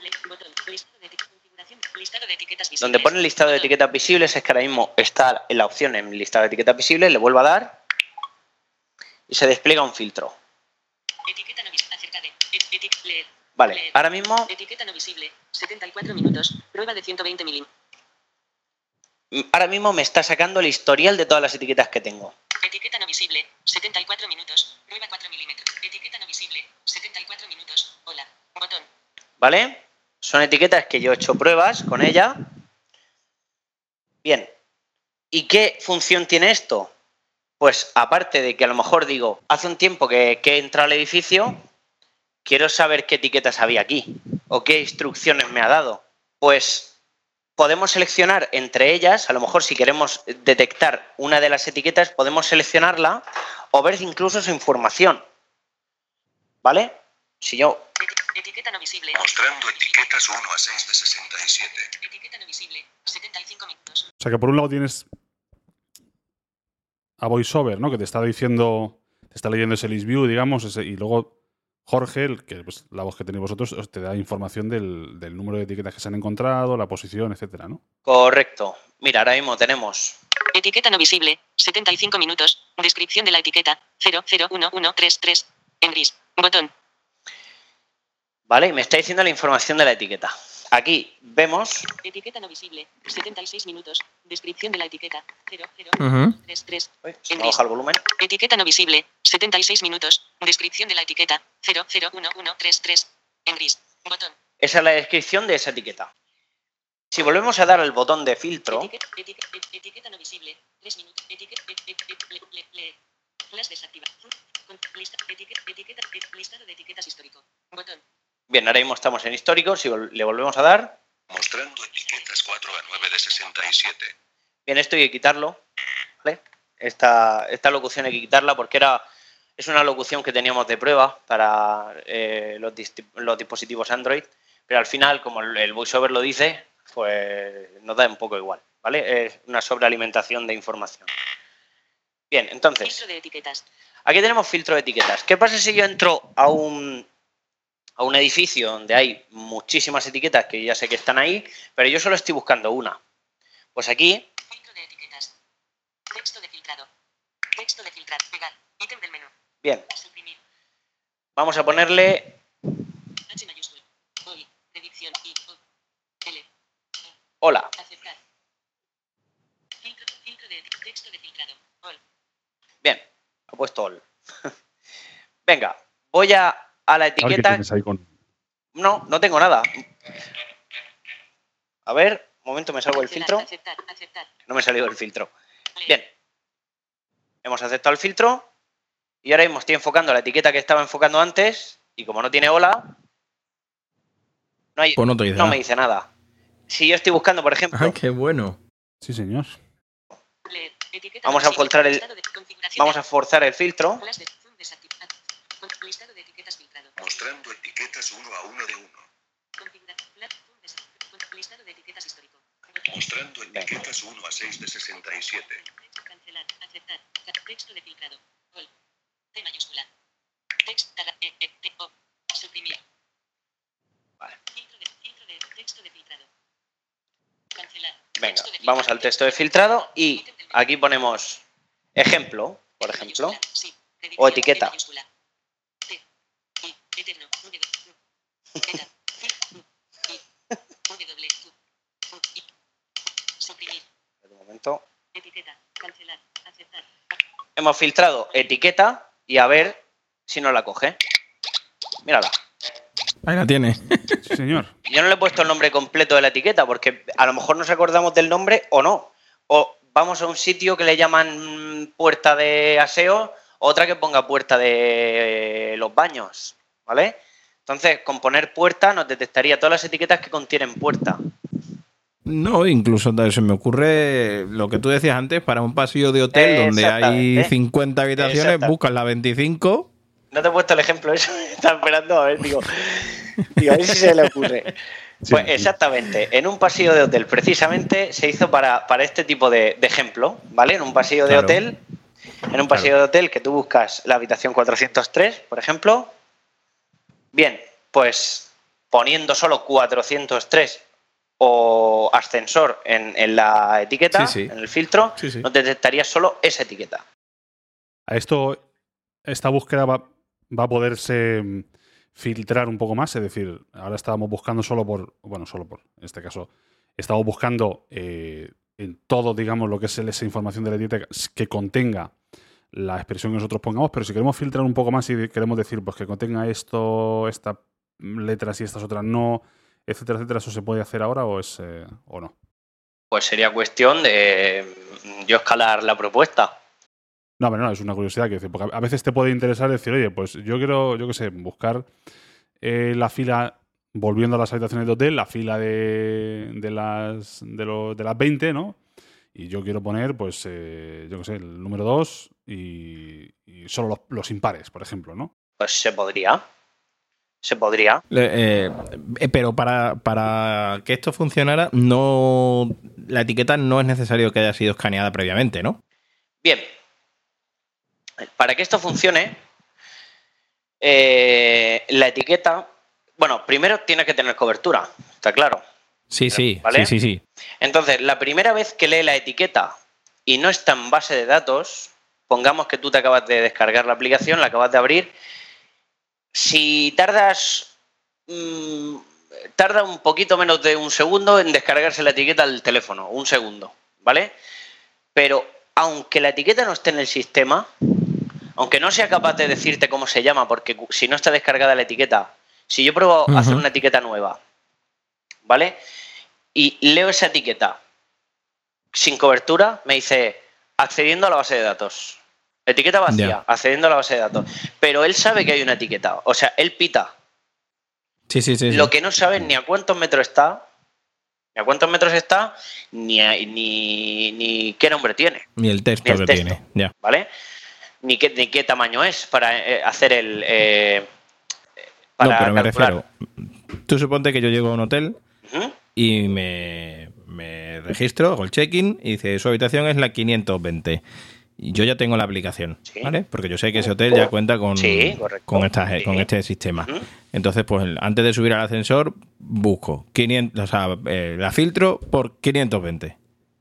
donde pone el listado de etiquetas visibles, es que ahora mismo está en la opción en listado de etiquetas visibles, le vuelvo a dar y se despliega un filtro. Etiqueta no visible, acerca de, etiqueta, leer, vale, leer. Ahora mismo... Etiqueta no visible, setenta y cuatro minutos, prueba de ciento veinte milímetros. Ahora mismo me está sacando el historial de todas las etiquetas que tengo. Etiqueta no visible, setenta y cuatro minutos, prueba cuatro milímetros. Etiqueta no visible, setenta y cuatro minutos, hola, botón. ¿Vale? Son etiquetas que yo he hecho pruebas con ella. Bien. ¿Y qué función tiene esto? Pues aparte de que a lo mejor digo, hace un tiempo que, que he entrado al edificio, quiero saber qué etiquetas había aquí o qué instrucciones me ha dado. Pues podemos seleccionar entre ellas, a lo mejor si queremos detectar una de las etiquetas, podemos seleccionarla o ver incluso su información. ¿Vale? Si yo... Etiqueta no visible. Mostrando etiquetas uno a seis de sesenta y siete. Etiqueta no visible, setenta y cinco minutos. O sea que por un lado tienes a VoiceOver, ¿no? Que te está diciendo, te está leyendo ese list view, digamos, ese, y luego Jorge, el que pues, la voz que tenéis vosotros, te da información del, del número de etiquetas que se han encontrado, la posición, etcétera, ¿no? Correcto. Mira, ahora mismo tenemos... Etiqueta no visible, setenta y cinco minutos. Descripción de la etiqueta, cero cero uno uno tres tres. En gris. Botón. Vale, y me está diciendo la información de la etiqueta. Aquí vemos... Etiqueta no visible, setenta y seis minutos. Descripción de la etiqueta, cero cero tres tres. Uy, se me baja el volumen. Etiqueta no visible, setenta y seis minutos. Descripción de la etiqueta, cero cero uno uno tres tres. En gris. Botón. Esa es la descripción de esa etiqueta. Si volvemos a dar al botón de filtro... Etiqueta, etiqueta, etiqueta no visible, tres minutos. Etiqueta, etiqueta, le, le, le, flash desactiva. Lista, etiqueta, etiqueta, listado de etiquetas histórico. Botón. Bien, ahora mismo estamos en histórico. Si le volvemos a dar... Mostrando etiquetas cuatro a nueve de sesenta y siete. Bien, esto hay que quitarlo. ¿Vale? Esta, esta locución hay que quitarla porque era es una locución que teníamos de prueba para eh, los, los dispositivos Android. Pero al final, como el, el VoiceOver lo dice, pues nos da un poco igual. ¿Vale? Es una sobrealimentación de información. Bien, entonces... Filtro de etiquetas. Aquí tenemos filtro de etiquetas. ¿Qué pasa si yo entro a un... a un edificio donde hay muchísimas etiquetas que ya sé que están ahí, pero yo solo estoy buscando una? Pues aquí... Filtro de etiquetas. Texto de filtrado. Texto de filtrar. Pegar. Ítem del menú. Bien. Suprimir. Vamos a ponerle... H mayúscula. Hoy. Predicción. I. O. L. Hola. Aceptar. Filtro, filtro de texto de filtrado. All. Bien. Ha puesto all. Venga. Voy a... a la etiqueta... Ahí con... No, no tengo nada. A ver, un momento, me salgo del filtro. Aceptar, aceptar. No me ha salido el filtro. Bien. Hemos aceptado el filtro y ahora mismo estoy enfocando la etiqueta que estaba enfocando antes y como no tiene hola, no, hay, pues no, te dice no nada. me dice nada. Si yo estoy buscando, por ejemplo... ¡Ay, qué bueno! Sí, señor. Vamos a forzar el, vamos a forzar el filtro. Listado de etiquetas filtrado. Mostrando etiquetas uno a uno de uno. Listado de etiquetas histórico. Mostrando etiquetas uno a seis de sesenta y siete. Cancelar, aceptar, texto de filtrado. All. T mayúscula. Text, e, e, t, o. Suprimir. Vale. Filtro de, filtro de, texto de filtrado. Cancelar. Venga, vamos al texto de filtrado y aquí ponemos ejemplo, por ejemplo, o etiqueta. De momento. Etiqueta, cancelar, aceptar. Hemos filtrado etiqueta y a ver si nos la coge. Mírala. Ahí la tiene. Sí, señor. Yo no le he puesto el nombre completo de la etiqueta porque a lo mejor nos acordamos del nombre o no. o vamos a un sitio que le llaman puerta de aseo, otra que ponga puerta de los baños, ¿vale? Entonces, con poner puerta nos detectaría todas las etiquetas que contienen puerta. No, incluso se me ocurre lo que tú decías antes, para un pasillo de hotel donde hay cincuenta habitaciones, buscas la veinticinco. No te he puesto el ejemplo, eso estaba esperando a ver, digo, digo, a ver si se le ocurre. Pues exactamente, en un pasillo de hotel precisamente se hizo para, para este tipo de, de ejemplo, ¿vale? En un pasillo de claro. hotel, en un pasillo claro. de hotel que tú buscas la habitación cuatrocientos tres, por ejemplo. Bien, pues poniendo solo cuatrocientos tres o ascensor en, en la etiqueta, sí, sí. en el filtro, sí, sí. nos detectaría solo esa etiqueta. A esto, esta búsqueda va, va a poderse filtrar un poco más, es decir, ahora estábamos buscando solo por, bueno, solo por, en este caso, estamos buscando eh, en todo, digamos, lo que es esa información de la etiqueta que contenga la expresión que nosotros pongamos, pero si queremos filtrar un poco más y queremos decir pues que contenga esto, estas letras y estas otras no, etcétera, etcétera, ¿eso se puede hacer ahora o es eh, o no? Pues sería cuestión de yo escalar la propuesta. No, pero no, es una curiosidad que porque a veces te puede interesar decir, oye, pues yo quiero, yo qué sé, buscar eh, la fila, volviendo a las habitaciones de hotel, la fila de, de las de, lo, de las veinte, ¿no? Y yo quiero poner, pues, eh, yo qué sé, el número dos y, y solo los, los impares, por ejemplo, ¿no? Pues se podría. Se podría. Eh, eh, pero para, para que esto funcionara, no la etiqueta no es necesario que haya sido escaneada previamente, ¿no? Bien. Para que esto funcione, eh, la etiqueta... Bueno, primero tiene que tener cobertura, está claro. Sí, sí, ¿vale? sí, sí, sí. Entonces, la primera vez que lee la etiqueta y no está en base de datos, pongamos que tú te acabas de descargar la aplicación, la acabas de abrir, si tardas, mmm, tarda un poquito menos de un segundo en descargarse la etiqueta al teléfono, un segundo, ¿vale? Pero aunque la etiqueta no esté en el sistema, aunque no sea capaz de decirte cómo se llama, porque si no está descargada la etiqueta, si yo pruebo uh-huh. a hacer una etiqueta nueva, ¿vale? Y leo esa etiqueta sin cobertura, me dice accediendo a la base de datos. Etiqueta vacía, yeah. accediendo a la base de datos. Pero él sabe que hay una etiqueta. O sea, él pita. Sí, sí, sí. Lo sí. que no sabe ni a cuántos metros está, ni a cuántos metros está, ni, a, ni, ni qué nombre tiene. Ni el texto ni el que texto, tiene. Yeah. ¿Vale? Ni qué, ni qué tamaño es para eh, hacer el... Eh, para no, pero me calcular. refiero... Tú suponte que yo llego a un hotel uh-huh. y me, me registro, hago el check-in y dice su habitación es la quinientos veinte. Y yo ya tengo la aplicación, sí. ¿vale? Porque yo sé que ese hotel ya cuenta con, sí, con, esta, sí. con este sistema. Uh-huh. Entonces, pues antes de subir al ascensor, busco quinientos, o sea, eh, la filtro por quinientos veinte.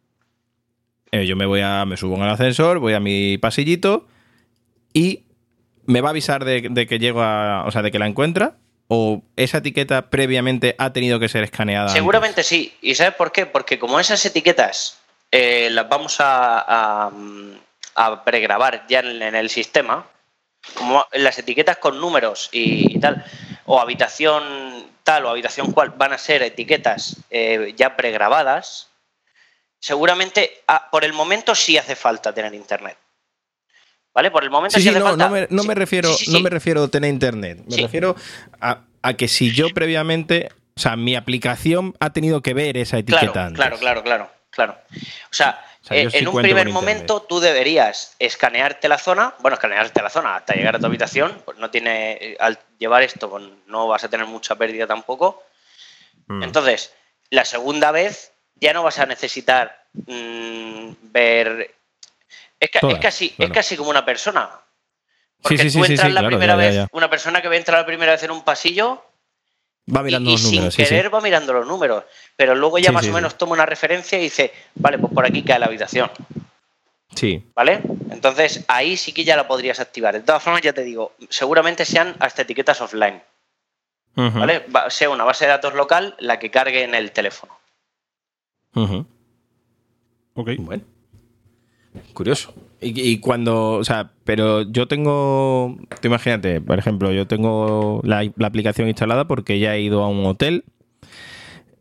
Eh, yo me voy a, me subo en el ascensor, voy a mi pasillito y me va a avisar de, de que llego a, o sea, de que la encuentra. ¿O esa etiqueta previamente ha tenido que ser escaneada? Seguramente antes? Sí. ¿Y sabes por qué? Porque como esas etiquetas eh, las vamos a, a, a pregrabar ya en, en el sistema, como las etiquetas con números y, y tal, o habitación tal o habitación cual van a ser etiquetas eh, ya pregrabadas, seguramente a, por el momento sí hace falta tener internet. ¿Vale? Por el momento sí, sí, sí hace no, falta. No me, no sí, me refiero, sí, sí, sí. no me refiero a tener internet. Me sí. refiero a, a que si yo previamente, o sea, mi aplicación ha tenido que ver esa etiqueta claro, antes. Claro, claro, claro, claro. O sea, o sea eh, sí en un primer momento tú deberías escanearte la zona, bueno, escanearte la zona hasta llegar a tu habitación, pues no tiene, al llevar esto, pues no vas a tener mucha pérdida tampoco. Mm. Entonces, la segunda vez ya no vas a necesitar mmm, ver... Es, ca- Todas, es, casi, claro. es casi como una persona. Porque sí, sí, tú sí, entras sí, la claro, primera ya, vez, ya, ya. Una persona que va a entrar la primera vez en un pasillo va mirando y, y los números, sin sí, querer sí. va mirando los números. Pero luego ya sí, más sí, o menos sí. toma una referencia y dice, vale, pues por aquí cae la habitación. Sí. ¿Vale? Entonces ahí sí que ya la podrías activar. De todas formas, ya te digo, seguramente sean hasta etiquetas offline. Uh-huh. ¿Vale? Va, sea una base de datos local la que cargue en el teléfono. Uh-huh. Ok. Bueno. Curioso. Y, y cuando, o sea, pero yo tengo, tú imagínate, por ejemplo, yo tengo la, la aplicación instalada porque ya he ido a un hotel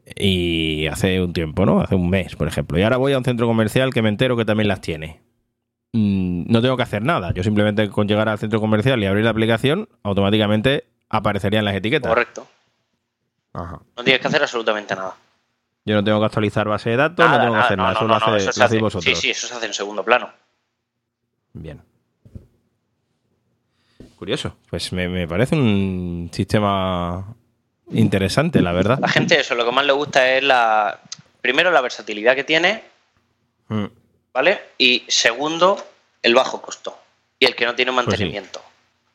Y hace un tiempo, ¿no? Hace un mes, por ejemplo. Y ahora voy a un centro comercial que me entero que también las tiene. Mm, no tengo que hacer nada. Yo simplemente con llegar al centro comercial y abrir la aplicación, automáticamente aparecerían las etiquetas. Correcto. Ajá. No tienes que hacer absolutamente nada. Yo no tengo que actualizar base de datos, Nada, no tengo que nada, hacer no, nada. no, Eso no, lo, no, hace, eso se lo hacéis hace- vosotros. Sí, sí, eso se hace en segundo plano. Bien. Curioso. Pues me, me parece un sistema interesante, la verdad. A la gente eso, lo que más le gusta es la... Primero, la versatilidad que tiene, Mm. ¿vale? Y segundo, el bajo costo. Y el que no tiene Pues sí. mantenimiento.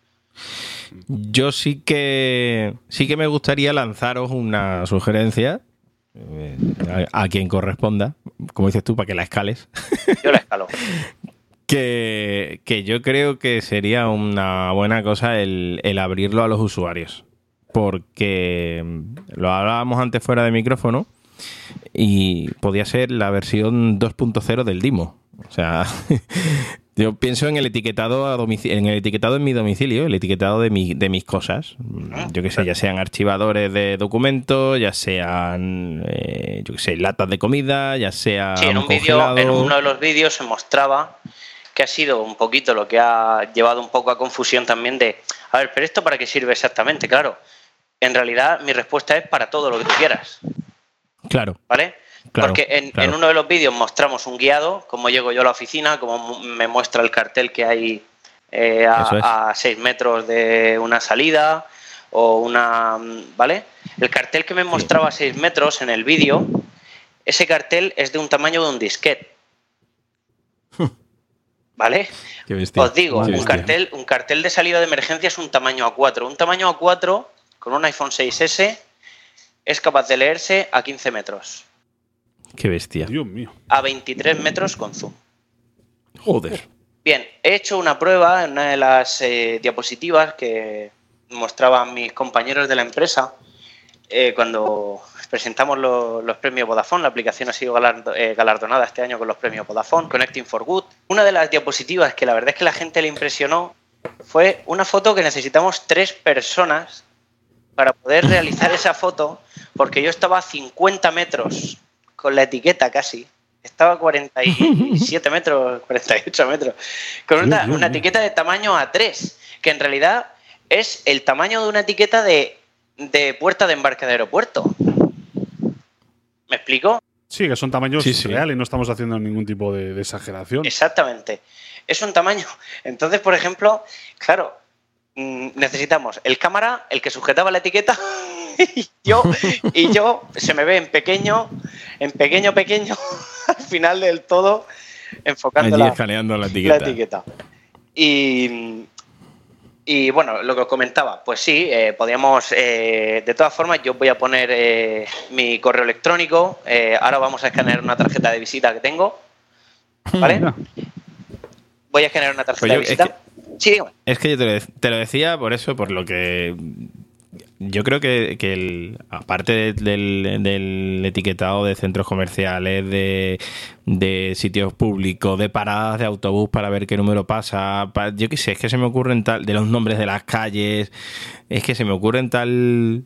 Yo sí que sí que me gustaría lanzaros una sugerencia eh, a, a quien corresponda, como dices tú, para que la escales. Yo la escalo. que, que yo creo que sería una buena cosa el, el abrirlo a los usuarios. Porque lo hablábamos antes fuera de micrófono y podía ser la versión dos punto cero del Dimo. O sea, yo pienso en el etiquetado a domicilio, en el etiquetado en mi domicilio, el etiquetado de, mi, de mis cosas. Yo que sé, ya sean archivadores de documentos, ya sean, eh, yo que sé, latas de comida, ya sea Sí, en un vídeo, congelado. en uno de los vídeos se mostraba que ha sido un poquito lo que ha llevado un poco a confusión también de, a ver, pero ¿esto para qué sirve exactamente? Claro, en realidad mi respuesta es para todo lo que tú quieras, Claro. ¿vale? Claro, Porque en, claro. en uno de los vídeos mostramos un guiado, cómo llego yo a la oficina, cómo mu- me muestra el cartel que hay eh, Eso es. a, a seis metros de una salida o una... ¿Vale? El cartel que me mostraba a seis metros en el vídeo, ese cartel es de un tamaño de un disquete. ¿Vale? Qué bestia. Os digo, Qué un bestia. cartel, un cartel de salida de emergencia es un tamaño A cuatro. Un tamaño A cuatro con un iPhone seis ese es capaz de leerse a quince metros. Qué bestia. Dios mío. A veintitrés metros con zoom. Joder. Bien, he hecho una prueba en una de las eh, diapositivas que mostraban mis compañeros de la empresa eh, cuando presentamos lo- los premios Vodafone. La aplicación ha sido galardo- eh, galardonada este año con los premios Vodafone, Connecting for Good. Una de las diapositivas que la verdad es que la gente le impresionó fue una foto que necesitamos tres personas para poder realizar esa foto, porque yo estaba a cincuenta metros con la etiqueta casi. Estaba a cuarenta y siete metros, cuarenta y ocho metros, con una, Dios, Dios una mío. etiqueta de tamaño A tres, que en realidad es el tamaño de una etiqueta de, de puerta de embarque de aeropuerto. ¿Me explico? Sí, que son tamaños Sí, sí. reales, no estamos haciendo ningún tipo de, de exageración. Exactamente. Es un tamaño. Entonces, por ejemplo, claro, mm, necesitamos el cámara, el que sujetaba la etiqueta, y yo, y yo se me ve en pequeño, en pequeño, pequeño, al final del todo, enfocando Allí la, escaneando la la etiqueta. etiqueta. Y, y bueno, lo que os comentaba, pues sí, eh, podíamos, eh, de todas formas, yo voy a poner eh, mi correo electrónico, eh, ahora vamos a escanear una tarjeta de visita que tengo, ¿vale? Mira. Voy a escanear una tarjeta Pues yo- de visita. Sí, dígame. Es que yo te lo, de- te lo decía por eso, por lo que yo creo que, que el, aparte de- del, del etiquetado de centros comerciales, de, de sitios públicos, de paradas de autobús para ver qué número pasa, pa- yo qué sé, es que se me ocurren tal, de los nombres de las calles, es que se me ocurren tal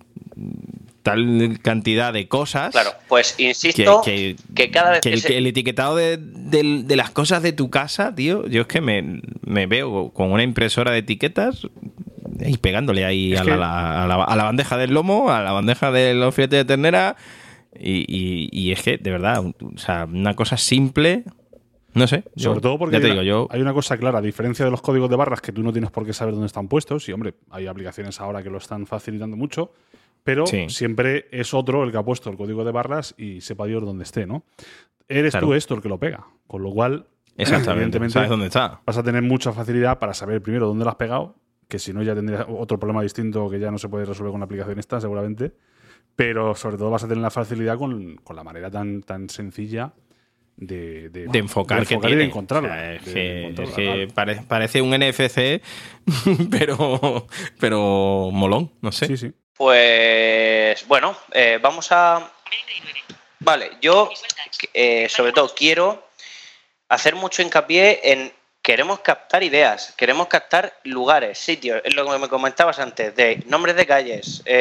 tal cantidad de cosas. Claro, pues insisto que, que, cada vez que que, el, se- que el etiquetado de, del- de las cosas de tu casa, tío, yo es que me, me veo con una impresora de etiquetas y pegándole ahí Es a, que- la, la- a, la, a la bandeja del lomo, a la bandeja de los filetes de ternera y, y- y es que, de verdad, o sea, una cosa simple, no sé. yo- Sobre todo porque ya te hay, digo, una, yo... hay una cosa clara, a diferencia de los códigos de barras que tú no tienes por qué saber dónde están puestos, y hombre, hay aplicaciones ahora que lo están facilitando mucho, pero Sí. siempre es otro el que ha puesto el código de barras y sepa Dios dónde esté, ¿no? Eres Claro. tú esto el que lo pega, con lo cual, Exactamente, evidentemente, ¿sabes dónde está? vas a tener mucha facilidad para saber primero dónde lo has pegado, que si no ya tendrías otro problema distinto que ya no se puede resolver con la aplicación esta, seguramente, pero sobre todo vas a tener la facilidad con, con la manera tan, tan sencilla de, de, De enfocar, de que y tiene. de encontrarla. O sea, es de que, encontrarla, es que claro. pare- parece un N F C, pero, pero molón, no sé. Sí, sí. pues bueno, eh, vamos a... Vale, yo eh, sobre todo quiero hacer mucho hincapié en queremos captar ideas, queremos captar lugares, sitios, es lo que me comentabas antes, de nombres de calles, eh,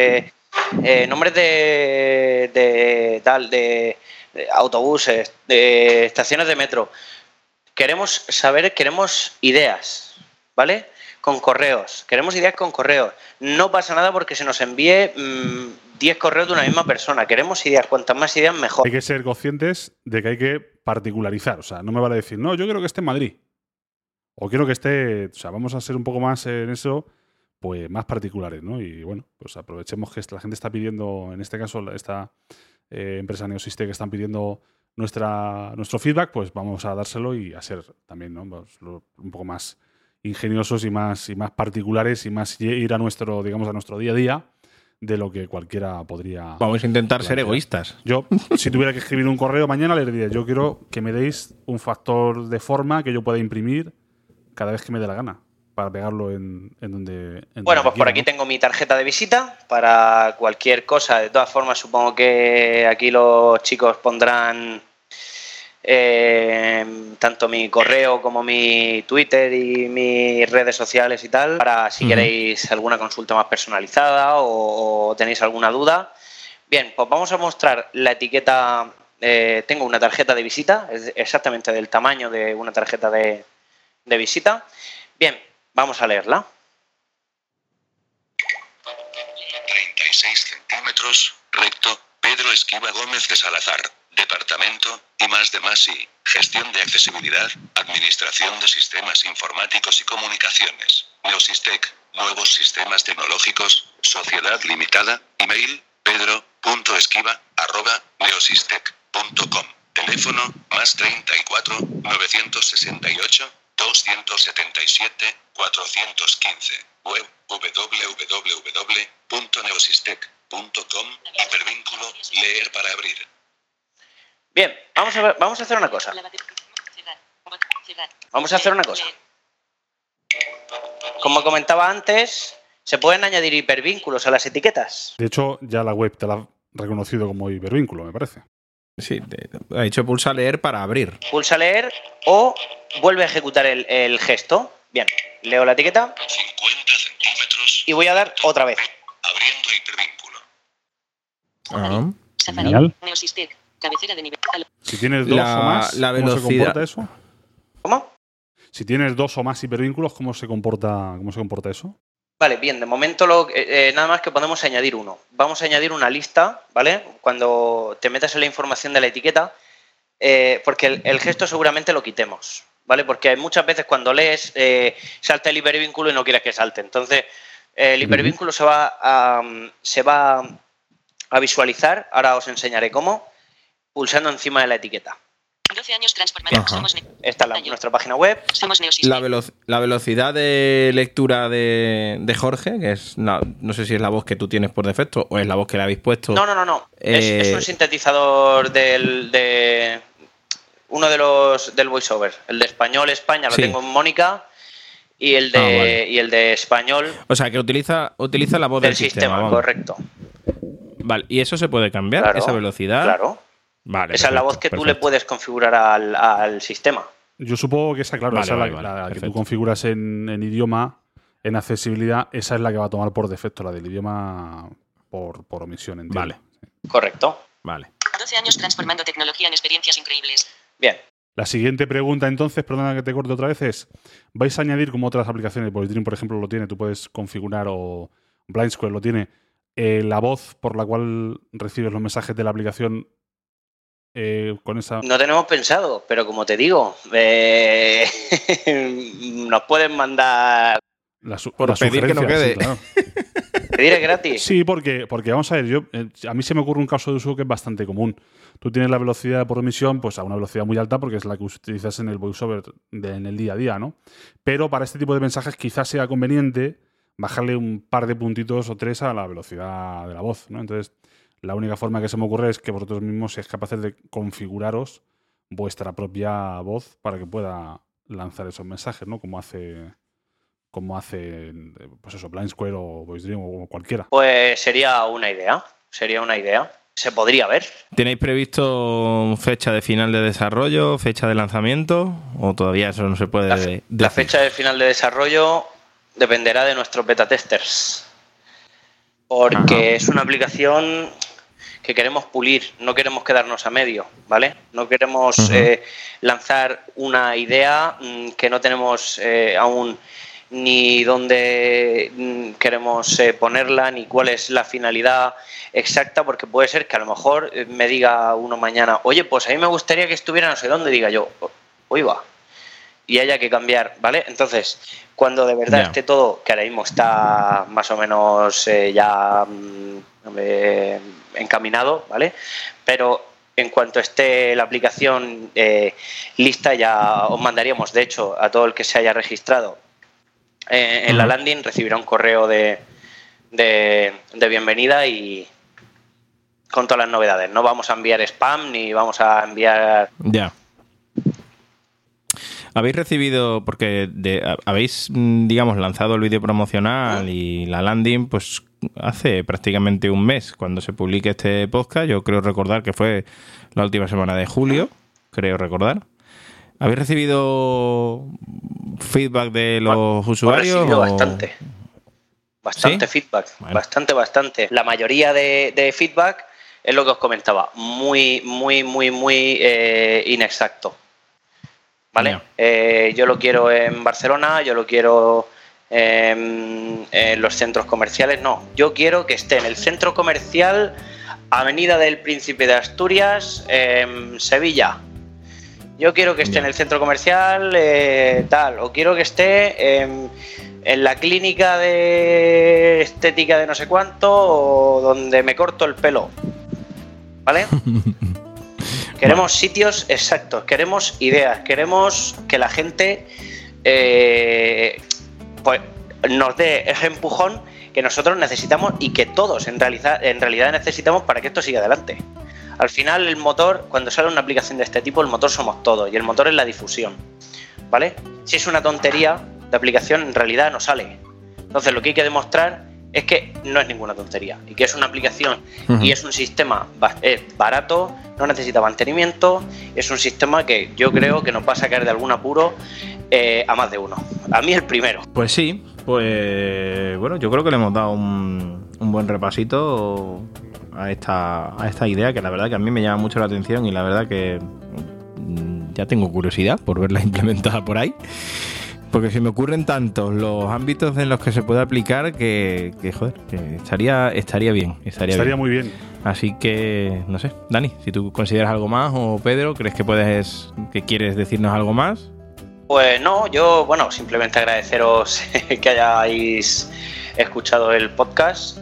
eh, nombres de, de tal, de, de autobuses, de estaciones de metro. Queremos saber, queremos ideas, ¿vale? Con correos. Queremos ideas con correos. No pasa nada porque se nos envíe mmm, diez correos de una misma persona. Queremos ideas. Cuantas más ideas, mejor. Hay que ser conscientes de que hay que particularizar. O sea, no me vale decir, no, yo quiero que esté en Madrid. O quiero que esté... O sea, vamos a ser un poco más en eso, pues más particulares, ¿no? Y bueno, pues aprovechemos que la gente está pidiendo, en este caso, esta eh, empresa Neosiste que están pidiendo nuestra, nuestro feedback, pues vamos a dárselo y a ser también, ¿no? Pues, lo, un poco más ingeniosos y más, y más particulares y más ir a nuestro, digamos, a nuestro día a día de lo que cualquiera podría... Vamos a intentar plantear. ser egoístas. Yo, si tuviera que escribir un correo mañana, le diría, yo quiero que me deis un factor de forma que yo pueda imprimir cada vez que me dé la gana, para pegarlo en, en donde... En bueno, donde pues quiera, por aquí ¿no? tengo mi tarjeta de visita para cualquier cosa. De todas formas, supongo que aquí los chicos pondrán eh, tanto mi correo como mi Twitter y mis redes sociales y tal, para si uh-huh. queréis alguna consulta más personalizada o, o tenéis alguna duda. Bien, pues vamos a mostrar la etiqueta. Eh, tengo una tarjeta de visita, es exactamente del tamaño de una tarjeta de, de visita. Bien, vamos a leerla. treinta y seis centímetros, recto, Pedro Esquiva Gómez de Salazar, departamento, y más de más y, gestión de accesibilidad, administración de sistemas informáticos y comunicaciones, Neosistec, nuevos sistemas tecnológicos, sociedad limitada, email, pedro.esquiva, arroba, neosistec punto com, teléfono, más treinta y cuatro, novecientos sesenta y ocho, doscientos setenta y siete, cuatrocientos quince, web doble u doble u doble u punto neosistec punto com, hipervínculo, leer para abrir. Bien, vamos a ver, vamos a hacer una cosa. Vamos a hacer una cosa. Como comentaba antes, se pueden añadir hipervínculos a las etiquetas. De hecho, ya la web te la ha reconocido como hipervínculo, me parece. Sí, te, ha dicho pulsa leer para abrir. Pulsa leer o vuelve a ejecutar el, el gesto. Bien, leo la etiqueta. cincuenta centímetros. Y voy a dar otra vez. Abriendo hipervínculo. Ah, genial. Neosistec, cabecera de nivel. Si tienes dos La- o más, la ¿cómo se velocidad. comporta eso? ¿Cómo? Si tienes dos o más hipervínculos, ¿cómo se comporta, cómo se comporta eso? Vale, bien, de momento lo, eh, eh, nada más que podemos añadir uno. Vamos a añadir una lista, ¿vale? Cuando te metas en la información de la etiqueta, eh, porque el, el gesto seguramente lo quitemos, ¿vale? Porque muchas veces cuando lees eh, salta el hipervínculo y no quieres que salte. Entonces, eh, el hipervínculo uh-huh. se va a, um, se va a visualizar, ahora os enseñaré cómo, pulsando encima de la etiqueta. doce años transformando. Ajá. Somos ne- Esta es la- nuestra página web. Somos Neosistec. La, velo- la velocidad de lectura de, de Jorge, que es la- no sé si es la voz que tú tienes por defecto o es la voz que le habéis puesto. No, no, no, no. Es, Eh, es un sintetizador del, de uno de los del voiceover. El de español España lo Sí. tengo en Mónica y el de Ah, vale. y el de español O sea, que utiliza, utiliza la voz del del, sistema, vamos. correcto. Vale, ¿y eso se puede cambiar? Claro, ¿Esa velocidad? Claro. Vale. Esa es la perfecto, voz que tú le perfecto. puedes configurar al, al sistema. Yo supongo que esa, claro, Vale, esa vale, es la, vale, la que perfecto. tú configuras en, en idioma, en accesibilidad, esa es la que va a tomar por defecto, la del idioma por, por omisión, entiendo. Vale. Correcto. Vale. doce años transformando tecnología en experiencias increíbles. Bien. La siguiente pregunta, entonces, perdona que te corte otra vez, es: ¿vais a añadir, como otras aplicaciones, Voice por ejemplo, lo tiene, tú puedes configurar, o Blind Square lo tiene, eh, la voz por la cual recibes los mensajes de la aplicación eh, con esa... No tenemos pensado, pero como te digo, eh, nos pueden mandar La su- Por la pedir que no sugerencia, quede. sí, claro. pedir es gratis. Sí, porque, porque vamos a ver, yo eh, a mí se me ocurre un caso de uso que es bastante común. Tú tienes la velocidad por omisión pues a una velocidad muy alta porque es la que utilizas en el voiceover de- en el día a día, ¿no? Pero para este tipo de mensajes quizás sea conveniente bajarle un par de puntitos o tres a la velocidad de la voz, ¿no? Entonces, la única forma que se me ocurre es que vosotros mismos seáis capaces de configuraros vuestra propia voz para que pueda lanzar esos mensajes, ¿no? Como hace... como hace, pues eso, Blind Square o Voice Dream o cualquiera. Pues sería una idea. Sería una idea. Se podría ver. ¿Tenéis previsto fecha de final de desarrollo, fecha de lanzamiento? ¿O todavía eso no se puede La, decir? la fecha de final de desarrollo dependerá de nuestros beta testers. porque Ajá. es una aplicación que queremos pulir, no queremos quedarnos a medio, ¿vale? No queremos Uh-huh. eh, lanzar una idea mmm, que no tenemos eh, aún ni dónde mmm, queremos eh, ponerla, ni cuál es la finalidad exacta, porque puede ser que a lo mejor eh, me diga uno mañana, oye, pues a mí me gustaría que estuviera no sé dónde, diga yo, hoy va, y haya que cambiar, ¿vale? Entonces, cuando de verdad Ya. esté todo, que ahora mismo está más o menos eh, ya mmm, eh, encaminado, ¿vale? Pero en cuanto esté la aplicación eh, lista, ya os mandaríamos, de hecho, a todo el que se haya registrado eh, en Uh-huh. la landing, recibirá un correo de, de, de bienvenida y con todas las novedades. No vamos a enviar spam ni vamos a enviar... Ya. ¿Habéis recibido, porque de- habéis, mm, digamos, lanzado el vídeo promocional y la landing, pues hace prácticamente un mes, cuando se publique este podcast? Yo creo recordar que fue la última semana de julio, creo recordar. ¿Habéis recibido feedback de los Hemos usuarios? recibido o- bastante. Bastante ¿Sí? feedback. Bueno. Bastante, bastante. La mayoría de, de feedback es lo que os comentaba. Muy, muy, muy, muy eh, inexacto. ¿Vale? Ya. Eh, yo lo quiero en Barcelona, yo lo quiero en, en los centros comerciales. No, yo quiero que esté en el centro comercial Avenida del Príncipe de Asturias, en Sevilla. Yo quiero que esté Ya. en el centro comercial eh, tal, o quiero que esté en, en la clínica de estética de no sé cuánto, o donde me corto el pelo. ¿Vale? Queremos sitios exactos, queremos ideas, queremos que la gente eh, pues, nos dé ese empujón que nosotros necesitamos y que todos en realidad, en realidad necesitamos para que esto siga adelante. Al final el motor, cuando sale una aplicación de este tipo, el motor somos todos y el motor es la difusión, ¿vale? Si es una tontería de aplicación, en realidad no sale. Entonces lo que hay que demostrar es que no es ninguna tontería y que es una aplicación Ujú. y es un sistema ba- es barato, no necesita mantenimiento, es un sistema que yo creo que nos va a sacar de algún apuro eh, a más de uno. A mí el primero. Pues sí, pues bueno, yo creo que le hemos dado un, un buen repasito a esta, a esta idea, que la verdad que a mí me llama mucho la atención y la verdad que mm, ya tengo curiosidad por verla implementada por ahí, porque se me ocurren tantos los ámbitos en los que se puede aplicar que, que joder, que estaría, estaría bien, estaría, Estaría bien. muy bien. Así que, no sé, Dani, si tú consideras algo más, o Pedro, ¿crees que puedes, que quieres decirnos algo más? Pues no, yo, bueno, simplemente agradeceros que hayáis escuchado el podcast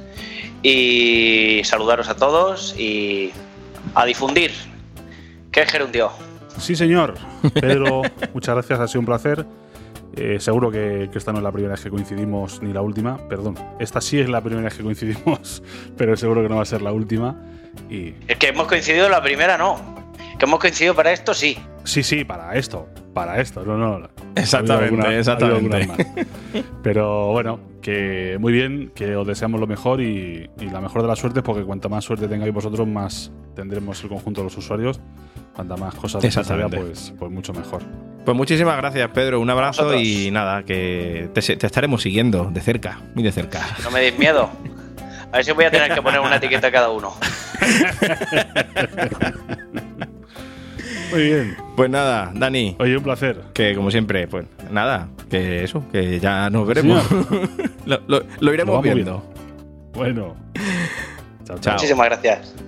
y saludaros a todos y a difundir. ¡Qué gerundio! Sí, señor. Pedro, muchas gracias, ha sido un placer. Eh, seguro que, que esta no es la primera vez que coincidimos, ni la última. Perdón, esta sí es la primera vez que coincidimos, pero seguro que no va a ser la última. Y Es que hemos coincidido la primera, no. Que hemos coincidido para esto, sí. sí, sí, para esto, para esto. No, no. ha Exactamente, habido alguna- ha habido exactamente. algunas más. Pero bueno, que muy bien, que os deseamos lo mejor y, y la mejor de las suertes, porque cuanta más suerte tengáis vosotros, más tendremos el conjunto de los usuarios. Cuanta más cosas de esta tarea, Exactamente. pues, pues mucho mejor. Pues muchísimas gracias, Pedro. Un abrazo Vosotros. y nada, que te, te estaremos siguiendo de cerca, muy de cerca. No me deis miedo. A ver si voy a tener que poner una etiqueta a cada uno. Muy bien. Pues nada, Dani, Oye, un placer. que como siempre, pues nada, que eso, que ya nos veremos. lo, lo- lo iremos Lo vamos viendo. Bueno. Chao, Chao. Muchísimas gracias.